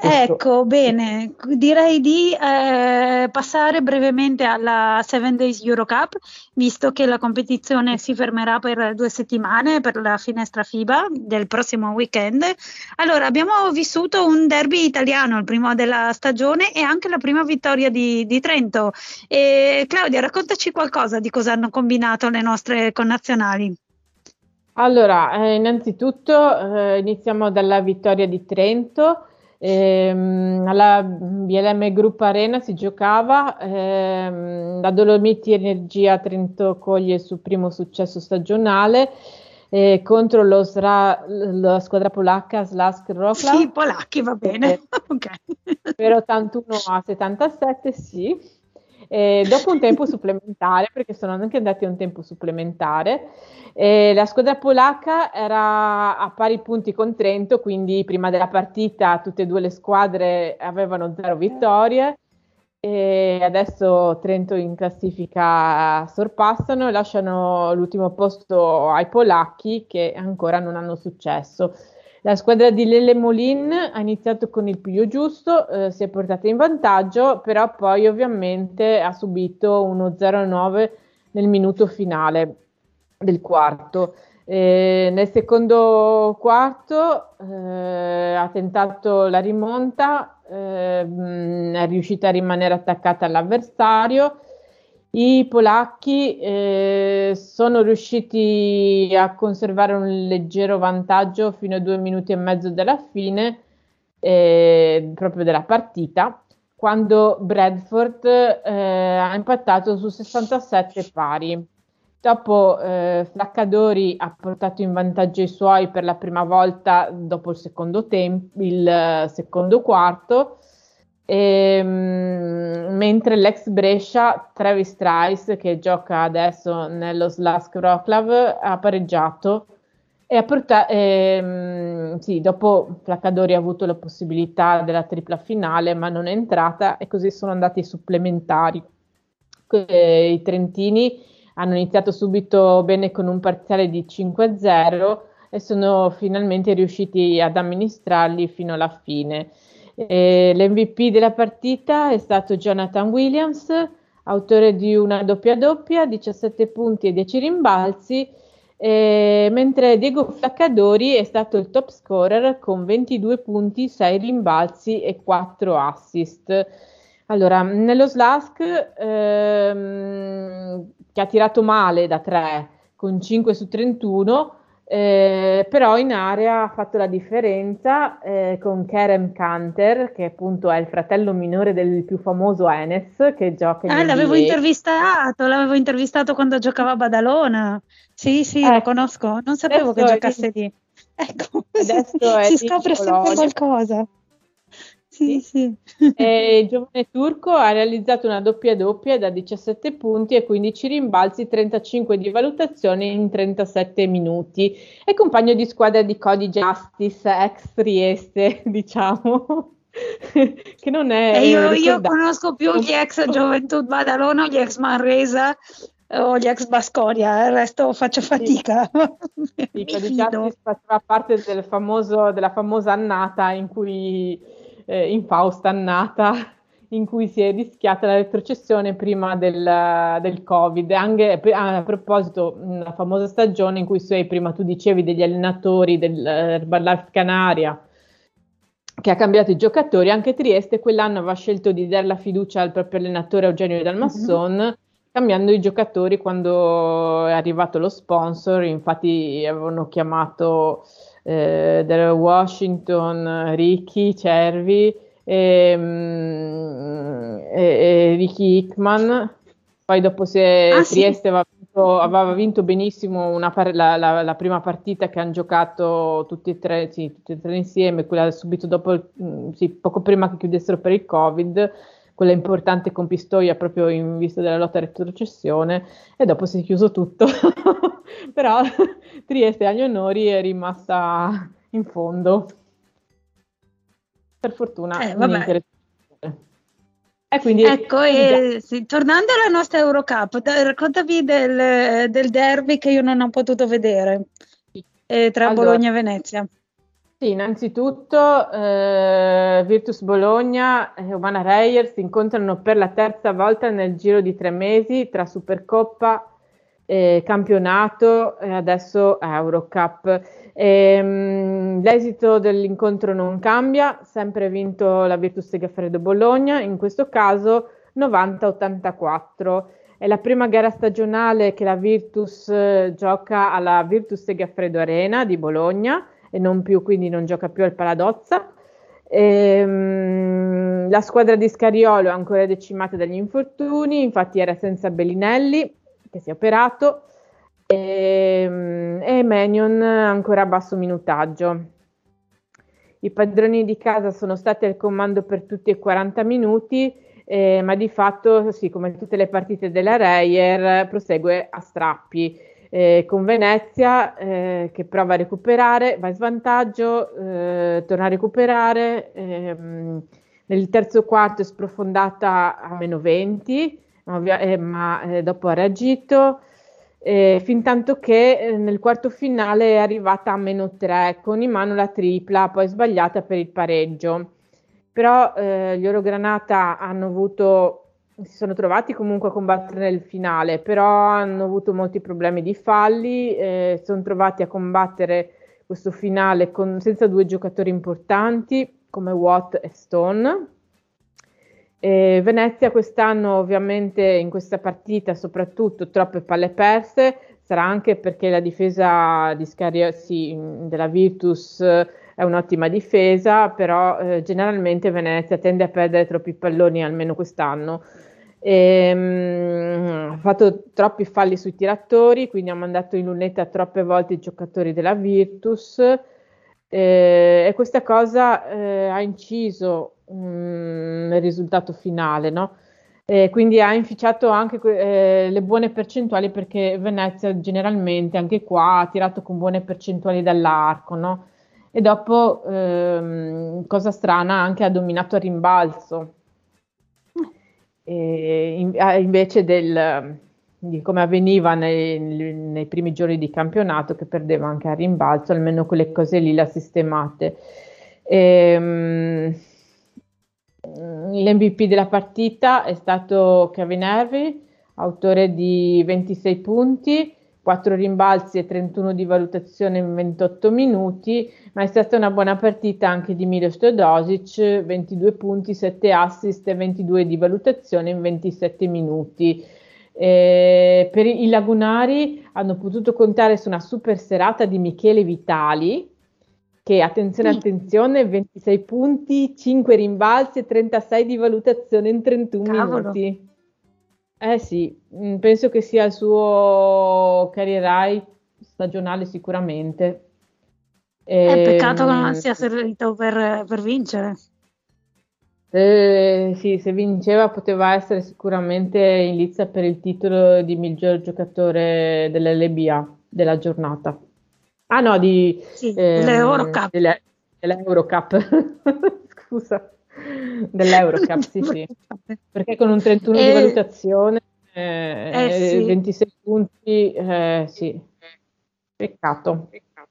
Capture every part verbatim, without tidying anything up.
Ecco, bene, direi di eh, passare brevemente alla Seven Days Eurocup, visto che la competizione si fermerà per due settimane per la finestra FIBA del prossimo weekend. Allora, abbiamo vissuto un derby italiano, il primo della stagione, e anche la prima vittoria di, di Trento. E, Claudia, raccontaci qualcosa di cosa hanno combinato le nostre connazionali. Allora, eh, innanzitutto eh, iniziamo dalla vittoria di Trento. Ehm, alla B L M Group Arena si giocava, ehm, la Dolomiti Energia Trento coglie il suo primo successo stagionale eh, contro lo Sra- la squadra polacca Slask Wrocław. Sì, polacchi, va bene. Eh, Okay. per ottantuno a settantasette, sì. E dopo un tempo supplementare, perché sono anche andati a un tempo supplementare, e la squadra polacca era a pari punti con Trento, quindi prima della partita tutte e due le squadre avevano zero vittorie e adesso Trento in classifica sorpassano e lasciano l'ultimo posto ai polacchi che ancora non hanno successo. La squadra di Lele Molin ha iniziato con il piglio giusto, eh, si è portata in vantaggio, però poi ovviamente ha subito uno zero a nove nel minuto finale del quarto. Eh, nel secondo quarto eh, ha tentato la rimonta, eh, mh, è riuscita a rimanere attaccata all'avversario. I polacchi eh, sono riusciti a conservare un leggero vantaggio fino a due minuti e mezzo dalla fine eh, proprio della partita, quando Bradford eh, ha impattato su sessantasette pari. Dopo eh, Flaccadori ha portato in vantaggio i suoi per la prima volta dopo il secondo, tempo, il uh, secondo quarto, e, um, mentre l'ex Brescia Travis Trice, che gioca adesso nello Slask Wrocław, ha pareggiato e ha portato, ehm, sì, dopo Flaccadori ha avuto la possibilità della tripla finale, ma non è entrata e così sono andati ai supplementari. Eh, I trentini hanno iniziato subito bene con un parziale di cinque a zero e sono finalmente riusciti ad amministrarli fino alla fine. Eh, L'M V P della partita è stato Jonathan Williams, autore di una doppia doppia, diciassette punti e dieci rimbalzi, eh, mentre Diego Flaccadori è stato il top scorer con ventidue punti, sei rimbalzi e quattro assist. Allora, nello Slask, ehm, che ha tirato male da tre con cinque su trentuno, eh, però in area ha fatto la differenza eh, con Kerem Kanter, che appunto è il fratello minore del più famoso Enes, che gioca in Ah, l'avevo N B A. intervistato, l'avevo intervistato quando giocava a Badalona. Sì, sì, lo Ecco, conosco. Non sapevo che adesso è giocasse lì, lì. Ecco, sì, adesso è si lì in scopre sempre Polonia. qualcosa. Sì, Sì. sì. E il giovane turco ha realizzato una doppia doppia da diciassette punti e quindici rimbalzi, trentacinque di valutazione in trentasette minuti. È compagno di squadra di Cody Justice, ex Trieste, diciamo, che non è E io, eh, io ricordato. conosco più gli ex Gioventù Badalona, gli ex Manresa eh, o gli ex Baskonia, il resto faccio Sì, fatica. sì, Mi Cody fido. Justice faceva parte del famoso, della famosa annata in cui, eh, infausta annata, in cui si è rischiata la retrocessione prima del, del Covid. Anche a proposito, la famosa stagione in cui sei, prima tu dicevi degli allenatori del Herbalife Canaria, che ha cambiato i giocatori, anche Trieste quell'anno aveva scelto di dare la fiducia al proprio allenatore Eugenio Dalmasson, mm-hmm. cambiando i giocatori quando è arrivato lo sponsor. Infatti avevano chiamato eh, del Washington Ricky Cervi e, mm, e, e Ricky Hickman. Poi dopo se Ah, Trieste sì. aveva vinto, aveva vinto benissimo una par- la, la, la prima partita che hanno giocato tutti e tre, sì, tutti e tre insieme, quella subito dopo, il, sì, poco prima che chiudessero per il Covid, quella importante con Pistoia proprio in vista della lotta a retrocessione, e dopo si è chiuso tutto. Però Trieste agli onori è rimasta in fondo. Per fortuna Eh, vabbè. niente. E quindi, ecco, e, sì, tornando alla nostra Eurocup, da, raccontami del, del derby che io non ho potuto vedere eh, tra allora, Bologna e Venezia. Sì, innanzitutto eh, Virtus Bologna e Humana Reyer si incontrano per la terza volta nel giro di tre mesi tra Supercoppa, eh, campionato e adesso Eurocup. Ehm, l'esito dell'incontro non cambia, sempre vinto la Virtus Segafredo Bologna, in questo caso novanta ottantaquattro. È la prima gara stagionale che la Virtus eh, gioca alla Virtus Segafredo Arena di Bologna e non più, quindi non gioca più al Paladozza. Ehm, la squadra di Scariolo è ancora decimata dagli infortuni, infatti era senza Bellinelli, che si è operato, e, e Manion ancora a basso minutaggio. I padroni di casa sono stati al comando per tutti i quaranta minuti, eh, ma di fatto, sì, come tutte le partite della Reyer, prosegue a strappi. Eh, con Venezia eh, che prova a recuperare, va in svantaggio, eh, torna a recuperare, ehm, nel terzo quarto è sprofondata a meno venti, ma, ovvia- eh, ma eh, dopo ha reagito, eh, fin tanto che eh, nel quarto finale è arrivata a meno tre, con in mano la tripla, poi sbagliata per il pareggio. Però eh, gli Orogranata hanno avuto si sono trovati comunque a combattere nel finale, però hanno avuto molti problemi di falli, eh, sono trovati a combattere questo finale con, senza due giocatori importanti come Watt e Stone. E Venezia quest'anno ovviamente in questa partita soprattutto troppe palle perse, sarà anche perché la difesa di Scaria, sì, della Virtus è un'ottima difesa, però eh, generalmente Venezia tende a perdere troppi palloni almeno quest'anno. E, mh, ha fatto troppi falli sui tiratori, quindi ha mandato in lunetta troppe volte i giocatori della Virtus, eh, e questa cosa eh, ha inciso mh, nel risultato finale, no? Eh, quindi ha inficiato anche eh, le buone percentuali, perché Venezia generalmente anche qua ha tirato con buone percentuali dall'arco, no? E dopo, ehm, cosa strana, anche ha dominato a rimbalzo. E in- ah, invece del, di come avveniva nei, nei primi giorni di campionato, che perdeva anche a rimbalzo, almeno quelle cose lì le ha sistemate. Ehm, L'M V P della partita è stato Kevin Hervey, autore di ventisei punti, quattro rimbalzi e trentuno di valutazione in ventotto minuti, ma è stata una buona partita anche di Milos Teodosic, ventidue punti, sette assist e ventidue di valutazione in ventisette minuti. Eh, per i lagunari hanno potuto contare su una super serata di Michele Vitali, che, attenzione, Sì. attenzione, ventisei punti, cinque rimbalzi e trentasei di valutazione in trentuno Cavolo. minuti. Eh sì, mh, penso che sia il suo career high stagionale sicuramente. È peccato che non Ehm, sia servito per, per vincere. eh, sì, se vinceva poteva essere sicuramente in lizza per il titolo di miglior giocatore dell'L B A della giornata. Ah no, di, Sì, ehm, l'Eurocup. delle- dell'Eurocup. Scusa, dell'Eurocup, sì sì, perché con un trentuno di Eh, valutazione, eh eh, sì. ventisei punti, eh, sì, peccato.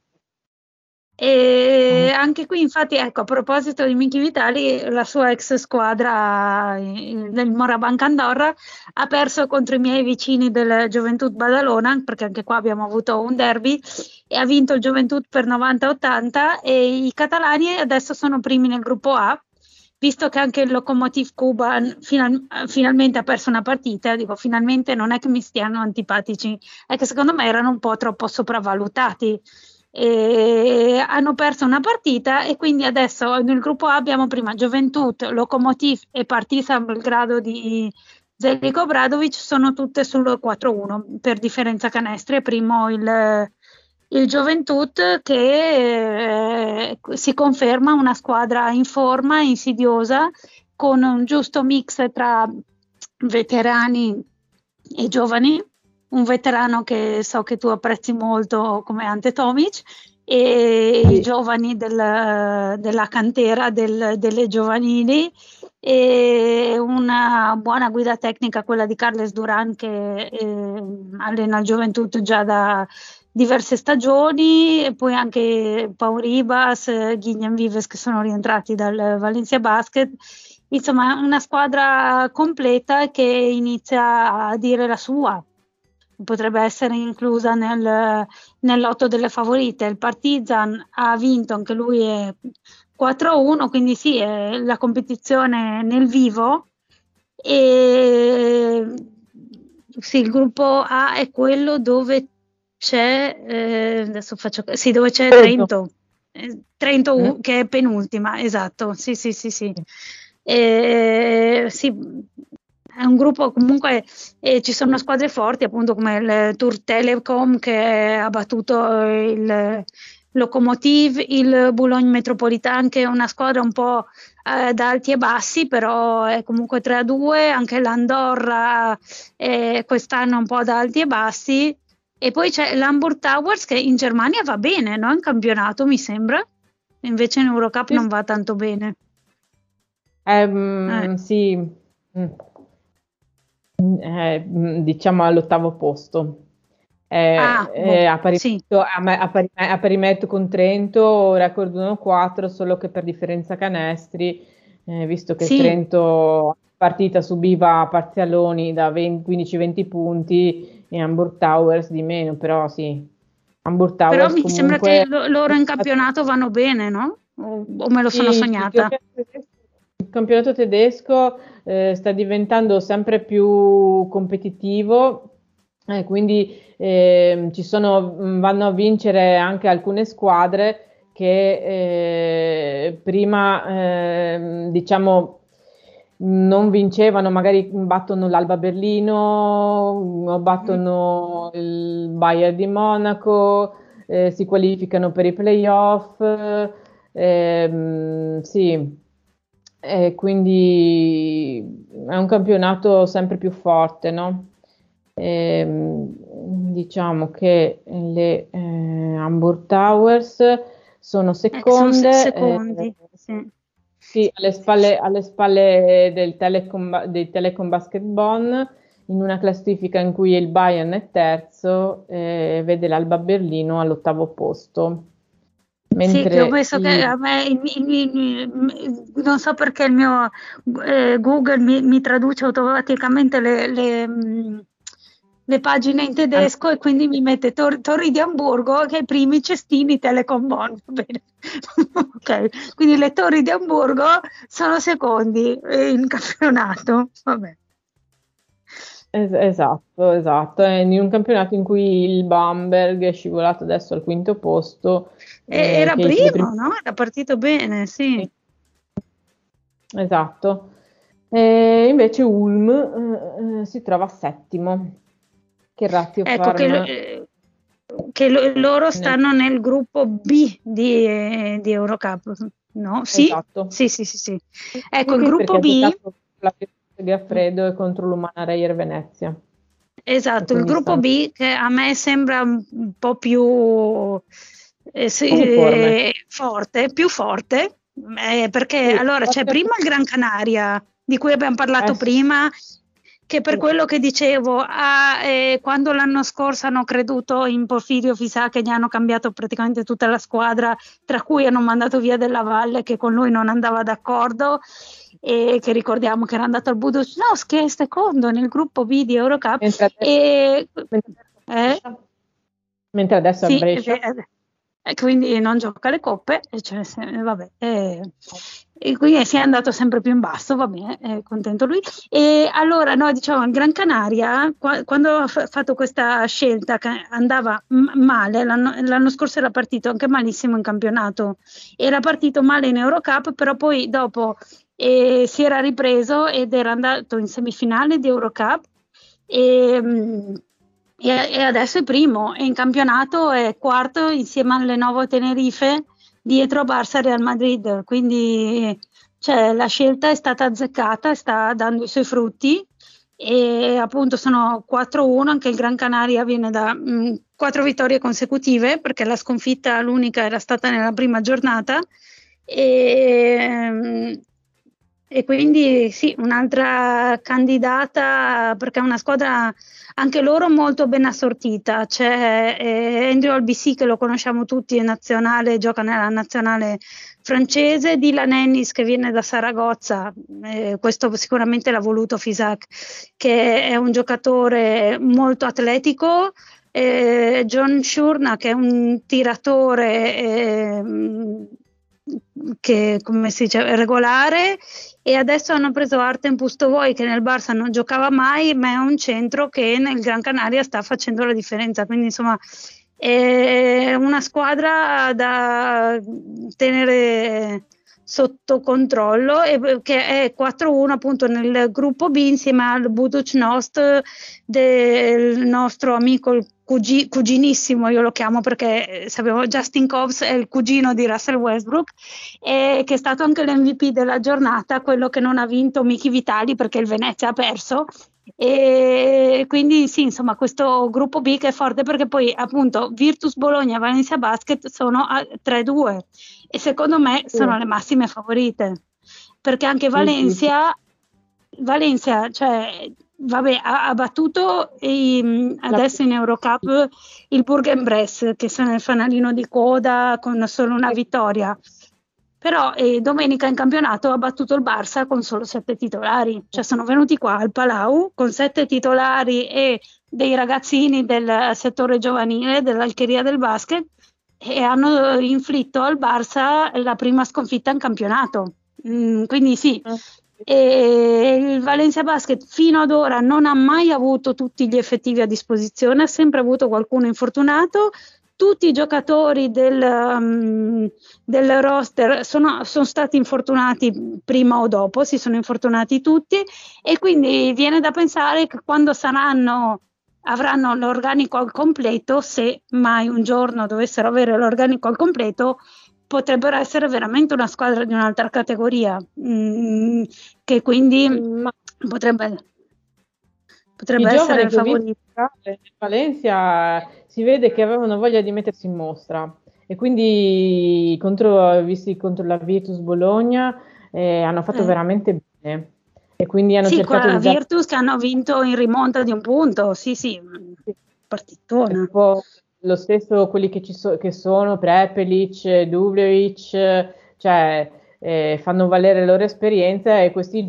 E anche qui, infatti, ecco, a proposito di Miki Vitali, la sua ex squadra eh, del Morabanca Andorra ha perso contro i miei vicini del Gioventù Badalona, perché anche qua abbiamo avuto un derby, e ha vinto il Gioventù per novanta ottanta, e i catalani adesso sono primi nel gruppo A, visto che anche il Lokomotiv Kuban final- finalmente ha perso una partita. Dico finalmente, non è che mi stiano antipatici, è che secondo me erano un po' troppo sopravvalutati. E hanno perso una partita, e quindi adesso nel gruppo A abbiamo prima Gioventù, Lokomotiv e Partizan Belgrado di Zeljko Obradovic, sono tutte sul quattro uno per differenza canestri. È primo il, il Gioventù, che eh, si conferma una squadra in forma, insidiosa, con un giusto mix tra veterani e giovani. Un veterano che so che tu apprezzi molto come Ante Tomic, e Sì. i giovani del, della cantera del, delle giovanili, e una buona guida tecnica, quella di Carles Duran, che eh, allena il Gioventù già da diverse stagioni, e poi anche Pau Ribas, eh, Guignan Vives che sono rientrati dal Valencia Basket. Insomma, una squadra completa che inizia a dire la sua. Potrebbe essere inclusa nel, nell'otto delle favorite. Il Partizan ha vinto, anche lui è quattro a uno, quindi sì, è la competizione nel vivo. E sì, il gruppo A è quello dove c'è, eh, adesso faccio, sì, dove c'è Trento, eh, Trento mm. che è penultima, esatto, sì, sì, sì, sì. E, sì, è un gruppo comunque, eh, ci sono squadre forti appunto come il Tour Telecom che ha battuto il Lokomotiv, il Boulogne Metropolitan che è una squadra un po' eh, da alti e bassi, però è comunque tre a due, anche l'Andorra eh, quest'anno un po' da alti e bassi, e poi c'è l'Hamburg Towers che in Germania va bene, no? In campionato mi sembra, invece in Eurocup sì. non va tanto bene. Um, eh. Sì, mm. eh, diciamo all'ottavo posto. Eh, ah, eh, boh, a, pari sì. metto, a, a, pari, a pari metto con Trento, record uno a quattro, solo che per differenza canestri, eh, visto che sì. Trento partita subiva parzialoni da quindici venti punti e Hamburg Towers di meno, però sì. Hamburg Towers però mi comunque... sembra che lo, loro in campionato vanno bene, no? O, o me lo sono sì, sognata? Il campionato tedesco eh, sta diventando sempre più competitivo, eh, quindi eh, ci sono, vanno a vincere anche alcune squadre che eh, prima eh, diciamo non vincevano, magari battono l'Alba Berlino o battono il Bayern di Monaco, eh, si qualificano per i playoff, eh, sì. E quindi è un campionato sempre più forte, no? E, diciamo che le eh, Hamburg Towers sono seconde, eh, sono secondi, eh, sì. Sì, alle spalle, alle spalle del Telecom, dei Telecom Basket Bonn, in una classifica in cui il Bayern è terzo e vede l'Alba Berlino all'ottavo posto. Mentre sì, che ho messo il... che a me il, il, il, non so perché il mio eh, Google mi, mi traduce automaticamente le, le, le pagine in tedesco ah. e quindi mi mette tor, Torri di Amburgo che è i primi cestini Telecom Bonn. Bene. Ok, quindi le Torri di Amburgo sono secondi in campionato. Vabbè. Es- esatto, esatto, è in un campionato in cui il Bamberg è scivolato adesso al quinto posto. Eh, era primo, prim- no? Era partito bene, sì. sì. Esatto. E invece Ulm eh, si trova settimo. Che Ratio ecco Farm... che, eh, che lo, loro stanno nel gruppo B di, eh, di Eurocup, no? Sì? Esatto. Sì, sì, sì, sì. Ecco, sì, il gruppo B... La di Alfredo e contro l'Umana Reyer Venezia. Esatto, il gruppo stanno... B che a me sembra un po' più eh, sì, eh, forte, più forte, eh, perché sì, allora c'è prima il Gran Canaria, di cui abbiamo parlato eh, prima, che per sì. quello che dicevo, ah, eh, quando l'anno scorso hanno creduto in Porfirio Fisà, che gli hanno cambiato praticamente tutta la squadra, tra cui hanno mandato via Della Valle, che con lui non andava d'accordo, e che ricordiamo che era andato al Budućnost, che è secondo nel gruppo B di Eurocup. Mentre adesso, e, mentre, eh, mentre adesso sì, a Brescia. E, e quindi non gioca le coppe, e cioè, vabbè, e, e quindi si è andato sempre più in basso, va bene, è contento lui. E allora, no, diciamo, in Gran Canaria, qua, quando ha f- fatto questa scelta che andava m- male, l'anno, l'anno scorso era partito anche malissimo in campionato, era partito male in Eurocup, però poi dopo e si era ripreso ed era andato in semifinale di Eurocup e, e, e adesso è primo, e in campionato è quarto insieme alle Lenovo Tenerife dietro Barça e Real Madrid, quindi cioè, la scelta è stata azzeccata, sta dando i suoi frutti e appunto sono quattro a uno, anche il Gran Canaria viene da mh, quattro vittorie consecutive perché la sconfitta l'unica era stata nella prima giornata e, e quindi sì, un'altra candidata, perché è una squadra anche loro molto ben assortita. C'è eh, Andrew Albissi, che lo conosciamo tutti, è nazionale, gioca nella nazionale francese, Dylan Ennis che viene da Saragozza, eh, questo sicuramente l'ha voluto Fisac, che è un giocatore molto atletico, eh, John Shurna che è un tiratore eh, che, come si dice, regolare, e adesso hanno preso Artem Pustovoi che nel Barça non giocava mai, ma è un centro che nel Gran Canaria sta facendo la differenza, quindi insomma è una squadra da tenere sotto controllo, e che è quattro uno appunto nel gruppo B insieme al Budućnost del nostro amico, il cugi- cuginissimo, io lo chiamo perché sappiamo Justin Cobbs è il cugino di Russell Westbrook, e che è stato anche l'M V P della giornata, quello che non ha vinto Miki Vitali perché il Venezia ha perso. E quindi sì, insomma, questo gruppo B che è forte, perché poi appunto Virtus Bologna e Valencia Basket sono a tre due e secondo me sono Sì. le massime favorite, perché anche Sì, sì, sì. Valencia Valencia, cioè, vabbè, ha, ha battuto i, adesso in Eurocup il Bourg-en-Bresse, che sono nel fanalino di coda con solo una vittoria. Però eh, domenica in campionato ha battuto il Barça con solo sette titolari, cioè sono venuti qua al Palau con sette titolari e dei ragazzini del settore giovanile dell'Alcheria del Basket, e hanno inflitto al Barça la prima sconfitta in campionato. Mm, quindi sì, e il Valencia Basket fino ad ora non ha mai avuto tutti gli effettivi a disposizione, ha sempre avuto qualcuno infortunato. Tutti i giocatori del, um, del roster sono, sono stati infortunati prima o dopo, si sono infortunati tutti, e quindi viene da pensare che quando saranno, avranno l'organico al completo, se mai un giorno dovessero avere l'organico al completo, potrebbero essere veramente una squadra di un'altra categoria, mm, che quindi Ma potrebbe, potrebbe i essere giovani il che ho visto favorito. giocare in Valencia si vede che avevano voglia di mettersi in mostra, e quindi contro, visti contro la Virtus Bologna eh, hanno fatto Eh. veramente bene, e quindi hanno Sì, cercato qua di dare Virtus che hanno vinto in rimonta di un punto, sì sì, partitona. un po' lo stesso quelli che, ci so- che sono Prepelic, Duvljevic, cioè eh, fanno valere la loro esperienza, e questi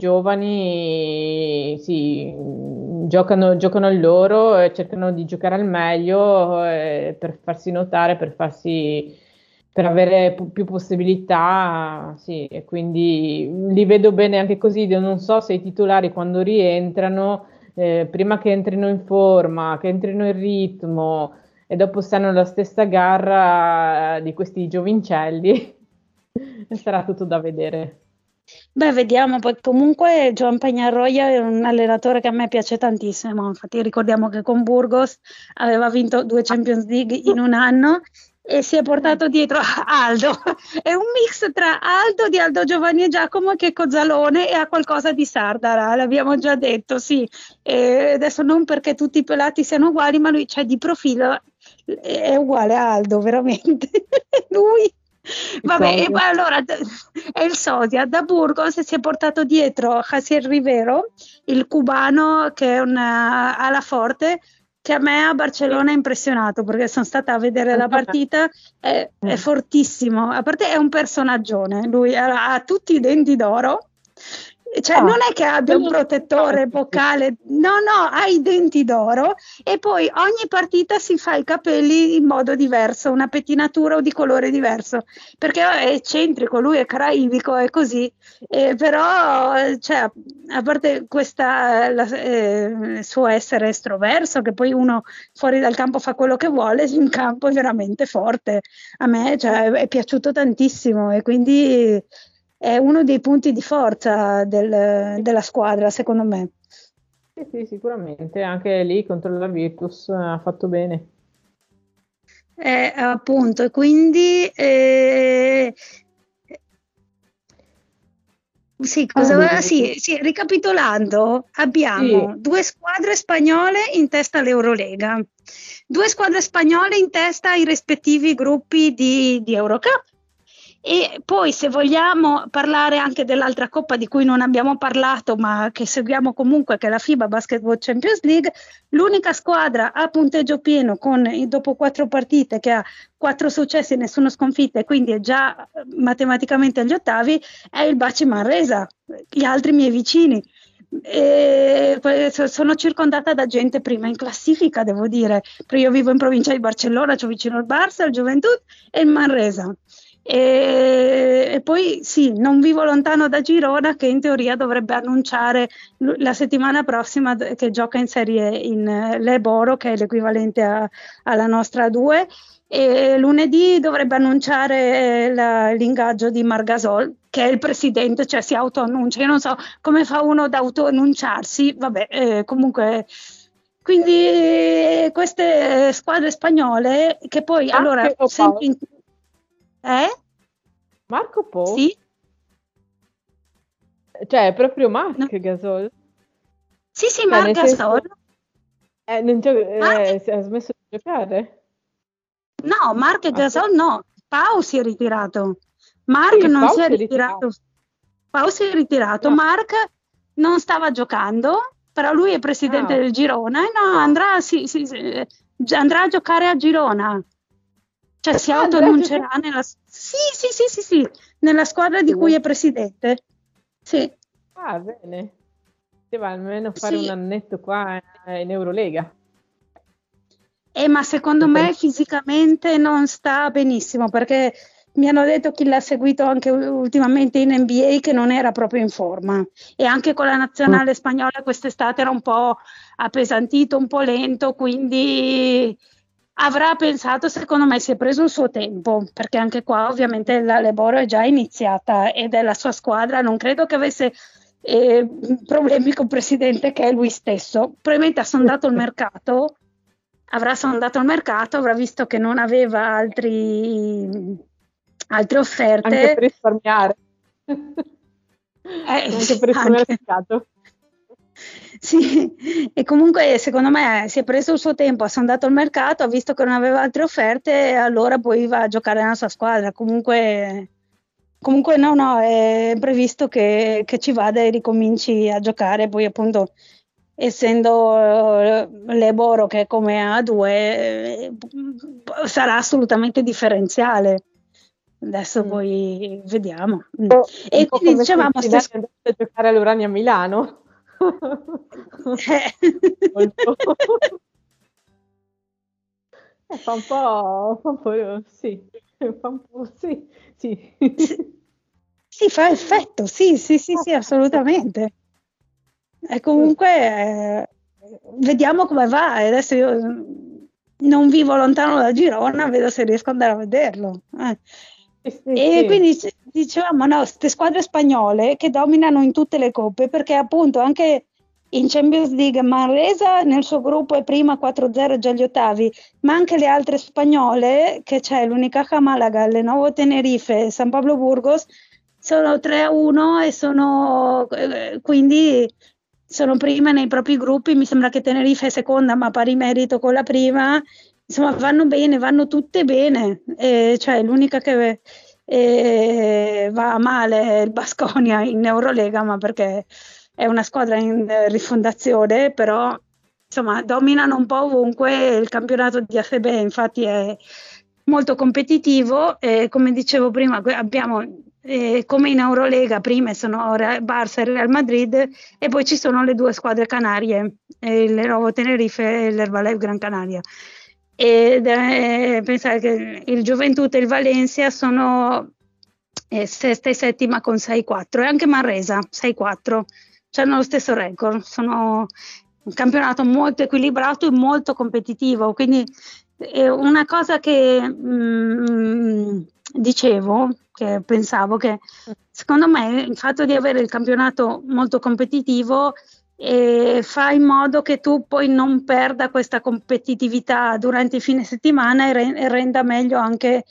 giovani sì, giocano, giocano il loro e cercano di giocare al meglio eh, per farsi notare, per farsi, per avere pu- più possibilità, sì, e quindi li vedo bene anche così. Io non so se i titolari quando rientrano, eh, prima che entrino in forma, che entrino in ritmo e dopo stanno alla stessa garra di questi giovincelli, sarà tutto da vedere. Beh, vediamo, poi comunque Joan Peñarroya è un allenatore che a me piace tantissimo, infatti ricordiamo che con Burgos aveva vinto due Champions League in un anno e si è portato dietro Aldo, è un mix tra Aldo di Aldo Giovanni e Giacomo che è Cozzalone e ha qualcosa di Sardara, l'abbiamo già detto, sì, e adesso non perché tutti i pelati siano uguali, ma lui c'è di profilo, è uguale a Aldo, veramente, lui. Vabbè, e poi allora è il Sosia. Da Burgos si è portato dietro Jaciel Rivero, il cubano che è una ala forte, che a me a Barcellona ha impressionato perché sono stata a vedere la partita, è, è fortissimo. A parte è un personaggione, lui ha, ha tutti i denti d'oro. Cioè, Ah, non è che abbia un quello- protettore boccale, no, no, ha i denti d'oro, e poi ogni partita si fa i capelli in modo diverso, una pettinatura o di colore diverso, perché è eccentrico, lui è caraibico, è così, eh, però eh, cioè, a parte questa, la, eh, suo essere estroverso, che poi uno fuori dal campo fa quello che vuole, in campo è veramente forte, a me cioè, è piaciuto tantissimo, e quindi è uno dei punti di forza del, della squadra, secondo me. Sì, sì, sicuramente, anche lì contro la Virtus eh, ha fatto bene. Eh, appunto, e quindi eh, sì, cosa, Allora, sì, sì, ricapitolando, sì, abbiamo due squadre spagnole in testa all'Eurolega, due squadre spagnole in testa ai rispettivi gruppi di, di Eurocup, E poi, se vogliamo parlare anche dell'altra coppa di cui non abbiamo parlato, ma che seguiamo comunque, che è la FIBA Basketball Champions League, l'unica squadra a punteggio pieno con, dopo quattro partite, che ha quattro successi e nessuno sconfitta, e quindi è già matematicamente agli ottavi, è il Baci Manresa, gli altri miei vicini. E sono circondata da gente prima in classifica, devo dire, perché io vivo in provincia di Barcellona, c'ho vicino il Barça, il Joventut e il Manresa. E, e poi sì, non vivo lontano da Girona, che in teoria dovrebbe annunciare l- la settimana prossima d- che gioca in serie in uh, Leboro, che è l'equivalente a- alla nostra A due, e lunedì dovrebbe annunciare eh, la- l'ingaggio di Margasol, che è il presidente, cioè si autoannuncia. Io non so come fa uno ad autoannunciarsi, vabbè, eh, comunque. Quindi eh, queste squadre spagnole che poi, allora, Anche o sempre in- eh? Marco Po? Sì? Cioè, è proprio No. Marc Gasol? Sì, sì, Cioè, Marc nel senso, Gasol. eh, non gio- eh, Marc- si è smesso di giocare? No, Marc Ah, sì? Gasol no. Pau si è ritirato. Marc Sì, non Pau si è si è ritirato. ritirato. Pau si è ritirato. No. Marc non stava giocando, però lui è presidente Ah, del Girona e no, andrà, sì, sì, sì, andrà a giocare a Girona. Cioè si ah, andrà a giocare. autoannuncerà nella, sì, sì, sì, sì, sì, nella squadra di cui è presidente. Sì. Ah, bene. Sì, va almeno fare un Sì. annetto qua eh, in Eurolega. Eh, ma secondo Per- me fisicamente non sta benissimo, perché mi hanno detto chi l'ha seguito anche u- ultimamente in N B A che non era proprio in forma, e anche con la nazionale spagnola quest'estate era un po' appesantito, un po' lento, quindi avrà pensato, secondo me si è preso il suo tempo, perché anche qua ovviamente la Leboro è già iniziata ed è la sua squadra, non credo che avesse eh, problemi col presidente, che è lui stesso. Probabilmente ha sondato il mercato, avrà sondato il mercato, avrà visto che non aveva altri, altre offerte. Anche per risparmiare. Eh, Anche per risparmiare anche. il mercato. Sì, e comunque secondo me si è preso il suo tempo, ha sondato il mercato, ha visto che non aveva altre offerte e allora poi va a giocare nella sua squadra. Comunque, comunque no, no, è previsto che, che ci vada e ricominci a giocare, poi appunto essendo eh, Leboro che è come A due eh, sarà assolutamente differenziale. Adesso Mm. poi vediamo. Mm. Un po', E un po' quindi come dicevamo, se ste- Zidane andasse a giocare all'Urania a Milano. Eh. Molto. Eh, fa un po', fa un po', sì, fa un po', sì, sì. Sì, sì, fa effetto, sì, sì, sì, sì, assolutamente. E comunque eh, vediamo come va. E adesso io mm, non vivo lontano da Girona, vedo se riesco ad andare a vederlo. Eh. Sì, sì, E sì. quindi dice- dicevamo, no, queste squadre spagnole che dominano in tutte le coppe, perché appunto anche in Champions League Manresa nel suo gruppo è prima quattro zero già agli ottavi, ma anche le altre spagnole, che c'è l'Unicaja Malaga, il Lenovo Tenerife e San Pablo Burgos, sono tre a uno e sono eh, quindi sono prime nei propri gruppi. Mi sembra che Tenerife è seconda, ma pari merito con la prima. Insomma, vanno bene, vanno tutte bene. Eh, cioè, l'unica che eh, va male è il Baskonia in Eurolega, ma perché è una squadra in eh, rifondazione, però insomma dominano un po' ovunque. Il campionato di A F B infatti è molto competitivo e, come dicevo prima, que- abbiamo eh, come in Eurolega prime sono Re- Barça e Real Madrid, e poi ci sono le due squadre canarie, eh, il Lenovo Tenerife e l'Herbalife Gran Canaria. Ed eh, pensare che il Joventut e il Valencia sono eh, sesta e settima con sei quattro, e anche Manresa sei quattro, hanno lo stesso record. Sono un campionato molto equilibrato e molto competitivo, quindi eh, una cosa che mm, dicevo, che pensavo che secondo me il fatto di avere il campionato molto competitivo e fa in modo che tu poi non perda questa competitività durante i fine settimana e, re- e renda meglio anche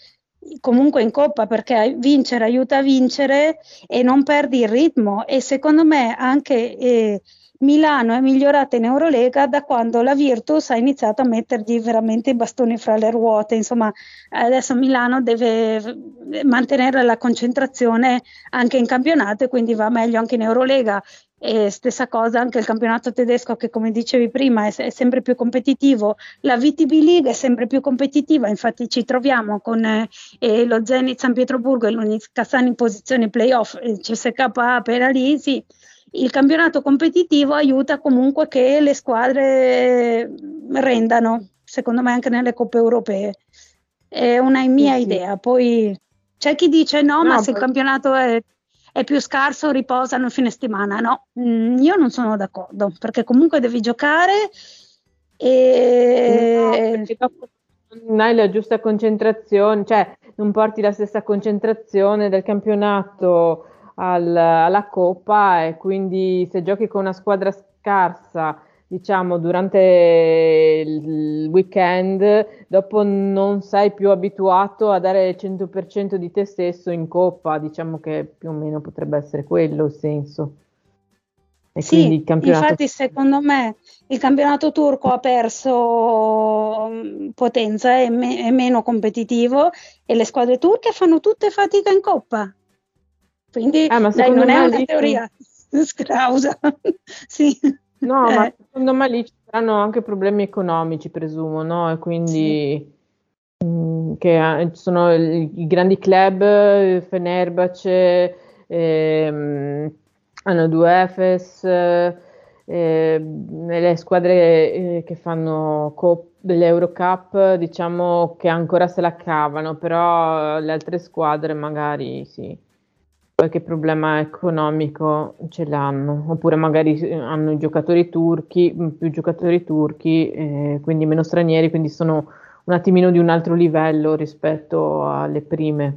comunque in Coppa, perché vincere aiuta a vincere e non perdi il ritmo. E secondo me anche eh, Milano è migliorata in Eurolega da quando la Virtus ha iniziato a mettergli veramente i bastoni fra le ruote. Insomma, adesso Milano deve mantenere la concentrazione anche in campionato e quindi va meglio anche in Eurolega. E stessa cosa anche il campionato tedesco, che come dicevi prima è, è sempre più competitivo. La V T B League è sempre più competitiva, infatti ci troviamo con eh, lo Zenit San Pietroburgo e l'Unic Kazan in posizione playoff, il C S K A appena lì, sì. Il campionato competitivo aiuta comunque che le squadre rendano, secondo me anche nelle coppe europee. È una mia Sì, sì. idea. Poi c'è chi dice no, ma No, se il poi- campionato è, è più scarso riposano il fine settimana. No, mm, io non sono d'accordo, perché comunque devi giocare no, e perché dopo non hai la giusta concentrazione, cioè non porti la stessa concentrazione del campionato al- alla Coppa e quindi se giochi con una squadra scarsa, diciamo, durante il weekend, dopo non sei più abituato a dare il cento per cento di te stesso in Coppa, diciamo che più o meno potrebbe essere quello il senso. E quindi sì, il campionato. infatti secondo me il campionato turco ha perso mm, potenza, è, me- è meno competitivo e le squadre turche fanno tutte fatica in Coppa. Quindi, Eh, ma dai, secondo non è me una lì ci- teoria scrausa. Sì, no, ma eh, secondo me lì ci saranno anche problemi economici, presumo, no? E sì. quindi mh, che eh, ci sono i, i grandi club, eh, Fenerbahce, ehm, hanno due Efes, eh, ehm, e le squadre eh, che fanno co- dell'Eurocup, diciamo che ancora se la cavano, però le altre squadre magari sì. Qualche problema economico ce l'hanno, oppure magari eh, hanno i giocatori turchi, mh, più giocatori turchi, eh, quindi meno stranieri, quindi sono un attimino di un altro livello rispetto alle prime.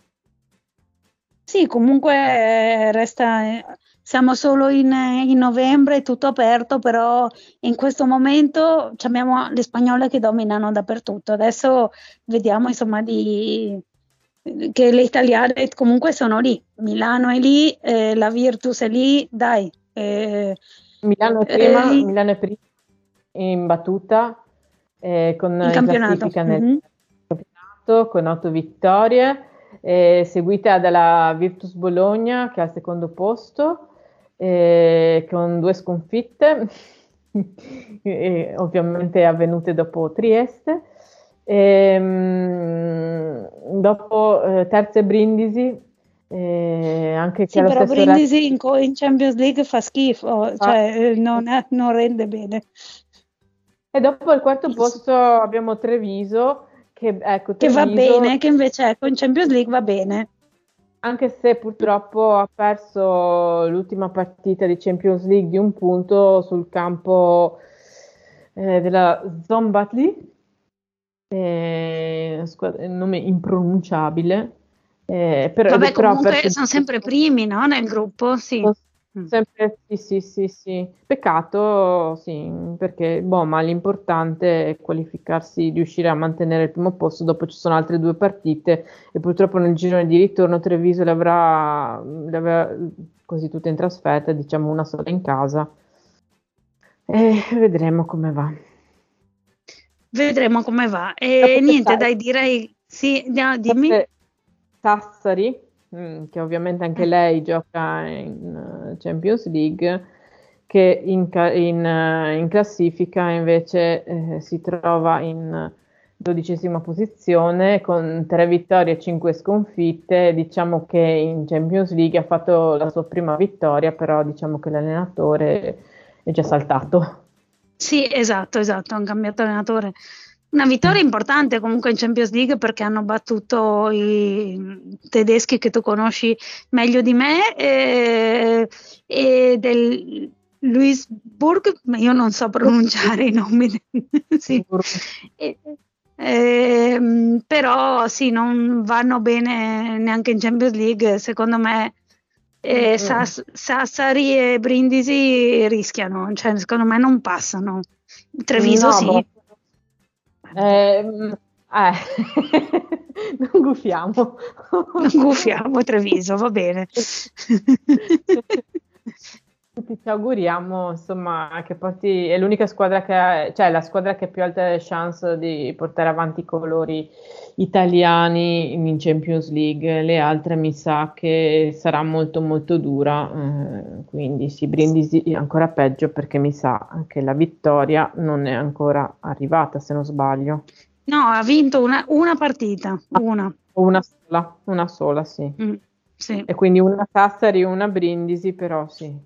Sì, comunque eh, resta, eh, siamo solo in, eh, in novembre, è tutto aperto, però in questo momento ci abbiamo le spagnole che dominano dappertutto. Adesso vediamo insomma di, che le italiane comunque sono lì. Milano è lì, eh, la Virtus è lì, dai. eh, Milano è prima, eh, Milano è prima in battuta, eh, con in in campionato. classifica nel Mhm. campionato con otto vittorie, eh, seguita dalla Virtus Bologna che è al secondo posto, eh, con due sconfitte, e ovviamente avvenute dopo Trieste. Ehm, dopo eh, terze Brindisi, eh, anche che Sì, ha lo però stesso record. Brindisi in, co- in Champions League fa schifo, cioè eh, non, è- non rende bene. E dopo al quarto posto abbiamo Treviso, che ecco, Che va Treviso, bene, che invece ecco in Champions League va bene. anche se purtroppo ha perso l'ultima partita di Champions League di un punto sul campo eh, della Szombathely, eh, squad- nome impronunciabile, eh, però, Vabbè, però ha comunque perso sono sempre primi, no? Nel gruppo, sì. Mm. sempre, sì, sì, sì, sì. Peccato, sì, perché boh, ma l'importante è qualificarsi, riuscire a mantenere il primo posto. Dopo ci sono altre due partite e purtroppo nel girone di ritorno Treviso le avrà, le avrà quasi tutte in trasferta, diciamo una sola in casa. E vedremo come va. Vedremo come va. E Dopo c'è niente, Sa- dai, direi sì, no, dimmi. Forse Sassari, mm, che ovviamente anche Eh, lei gioca in eh, Champions League, che in, ca- in, eh, in classifica invece eh, si trova in dodicesima posizione con tre vittorie e cinque sconfitte. Diciamo che in Champions League ha fatto la sua prima vittoria, però diciamo che l'allenatore è già saltato. Sì, esatto, esatto, hanno cambiato allenatore. Una vittoria importante comunque in Champions League perché hanno battuto i tedeschi che tu conosci meglio di me e, e del Duisburg, ma io non so pronunciare i nomi. Sì. E- ehm, però sì, non vanno bene neanche in Champions League, secondo me. E Mm. Sass- Sassari e Brindisi rischiano, cioè secondo me non passano. Treviso No, boh. sì. Ehm, eh. non gufiamo. Non gufiamo Treviso, va bene. Tutti ci auguriamo, insomma, che porti, è l'unica squadra che ha, cioè la squadra che ha più alte chance di portare avanti i colori italiani in Champions League. Le altre mi sa che sarà molto molto dura, eh, quindi sì, Brindisi ancora peggio perché mi sa che la vittoria non è ancora arrivata, se non sbaglio. No, ha vinto una, una partita, una. Una sola, una sola, sì. Mm, sì. E quindi una Sassari, una Brindisi, però sì.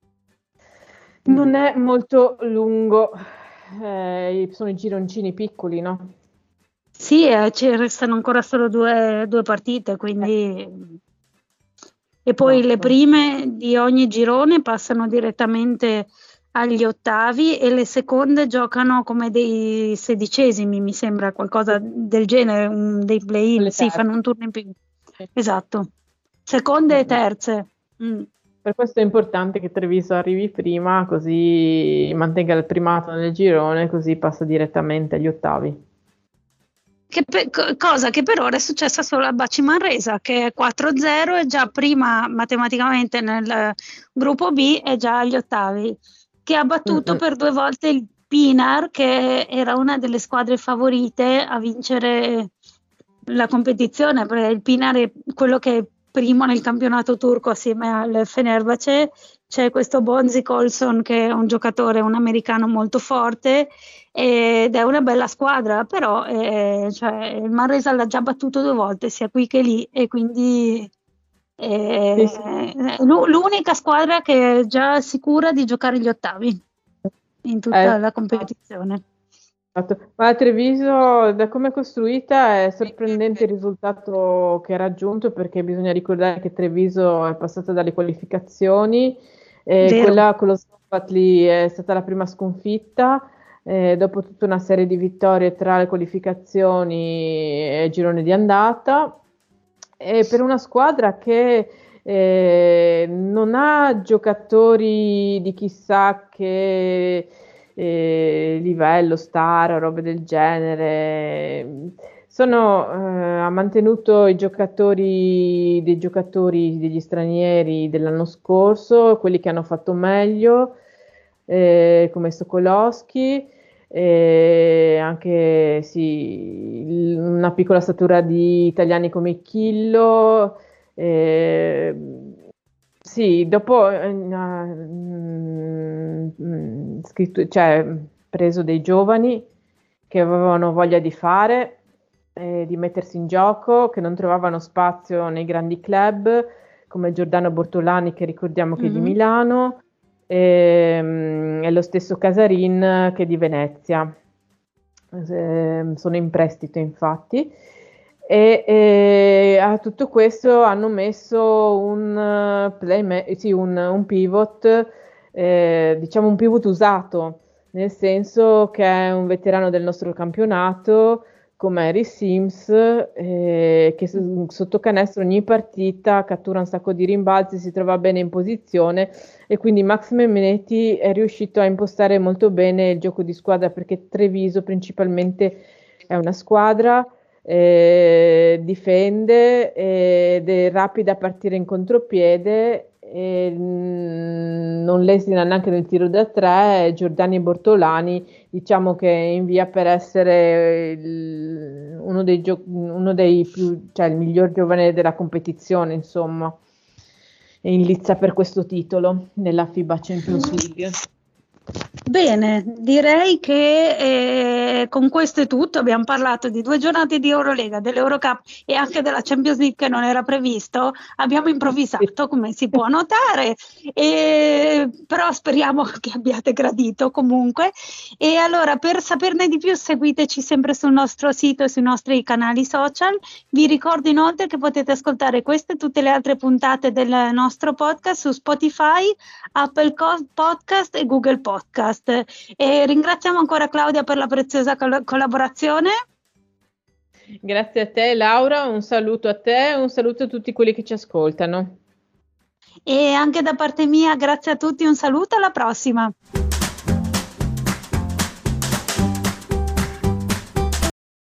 Non è molto lungo, eh, sono i gironcini piccoli, no? Sì, eh, ci restano ancora solo due, due partite, quindi... E poi Esatto. le prime di ogni girone passano direttamente agli ottavi e le seconde giocano come dei sedicesimi, mi sembra, qualcosa del genere, un, dei play-in, sì, fanno un turno in più. Sì. Esatto. Seconde e terze. Mm. Per questo è importante che Treviso arrivi prima, così mantenga il primato nel girone, così passa direttamente agli ottavi. Che pe- cosa che per ora è successa solo a Baci Manresa, che è quattro zero e già prima matematicamente nel gruppo B è già agli ottavi, che ha battuto Mm-mm. per due volte il Pinar, che era una delle squadre favorite a vincere la competizione, perché il Pinar è quello che è primo nel campionato turco assieme al Fenerbahce. C'è questo Bonzi Colson che è un giocatore, un americano molto forte ed è una bella squadra, però eh, cioè, il Manresa l'ha già battuto due volte sia qui che lì e quindi eh, Sì, sì. l'unica squadra che è già sicura di giocare gli ottavi in tutta Eh, la competizione. Ma a Treviso, da come è costruita, è sorprendente il risultato che ha raggiunto, perché bisogna ricordare che Treviso è passata dalle qualificazioni, e quella con lo Spatli è stata la prima sconfitta, eh, dopo tutta una serie di vittorie tra le qualificazioni e il girone di andata, e per una squadra che eh, non ha giocatori di chissà che eh, livello, star, robe del genere. Sono, eh, ha mantenuto i giocatori dei giocatori degli stranieri dell'anno scorso, quelli che hanno fatto meglio, eh, come Sokolowski, e anche sì, una piccola statura di italiani come Chillo. Eh, sì, dopo eh, mm, mm, scritto, cioè, preso dei giovani che avevano voglia di fare, eh, di mettersi in gioco, che non trovavano spazio nei grandi club, come Giordano Bortolani, che ricordiamo che è di Mm-hmm. Milano, e, mm, e lo stesso Casarin che è di Venezia. Eh, sono in prestito, infatti. E, e a tutto questo hanno messo un, playma- sì, un, un pivot, eh, diciamo un pivot usato, nel senso che è un veterano del nostro campionato, come Harry Sims, eh, che s- sotto canestro ogni partita cattura un sacco di rimbalzi, si trova bene in posizione, e quindi Max Memenetti è riuscito a impostare molto bene il gioco di squadra, perché Treviso principalmente è una squadra, eh, difende ed è rapida a partire in contropiede, e mm, non lesina neanche nel tiro da tre. Giordani e Bortolani, diciamo che è in via per essere il- uno dei, gio- uno dei più, cioè il miglior giovane della competizione, insomma, è in lizza per questo titolo nella FIBA Champions League. Bene, direi che eh, con questo è tutto. Abbiamo parlato di due giornate di Eurolega, dell'Eurocup e anche della Champions League che non era previsto. Abbiamo improvvisato, come si può notare, e, però speriamo che abbiate gradito comunque. E allora, per saperne di più, seguiteci sempre sul nostro sito e sui nostri canali social. Vi ricordo inoltre che potete ascoltare queste e tutte le altre puntate del nostro podcast su Spotify, Apple Podcast e Google Podcast. E ringraziamo ancora Claudia per la preziosa coll- collaborazione. Grazie a te, Laura, un saluto a te e un saluto a tutti quelli che ci ascoltano. E anche da parte mia, grazie a tutti, un saluto, alla prossima.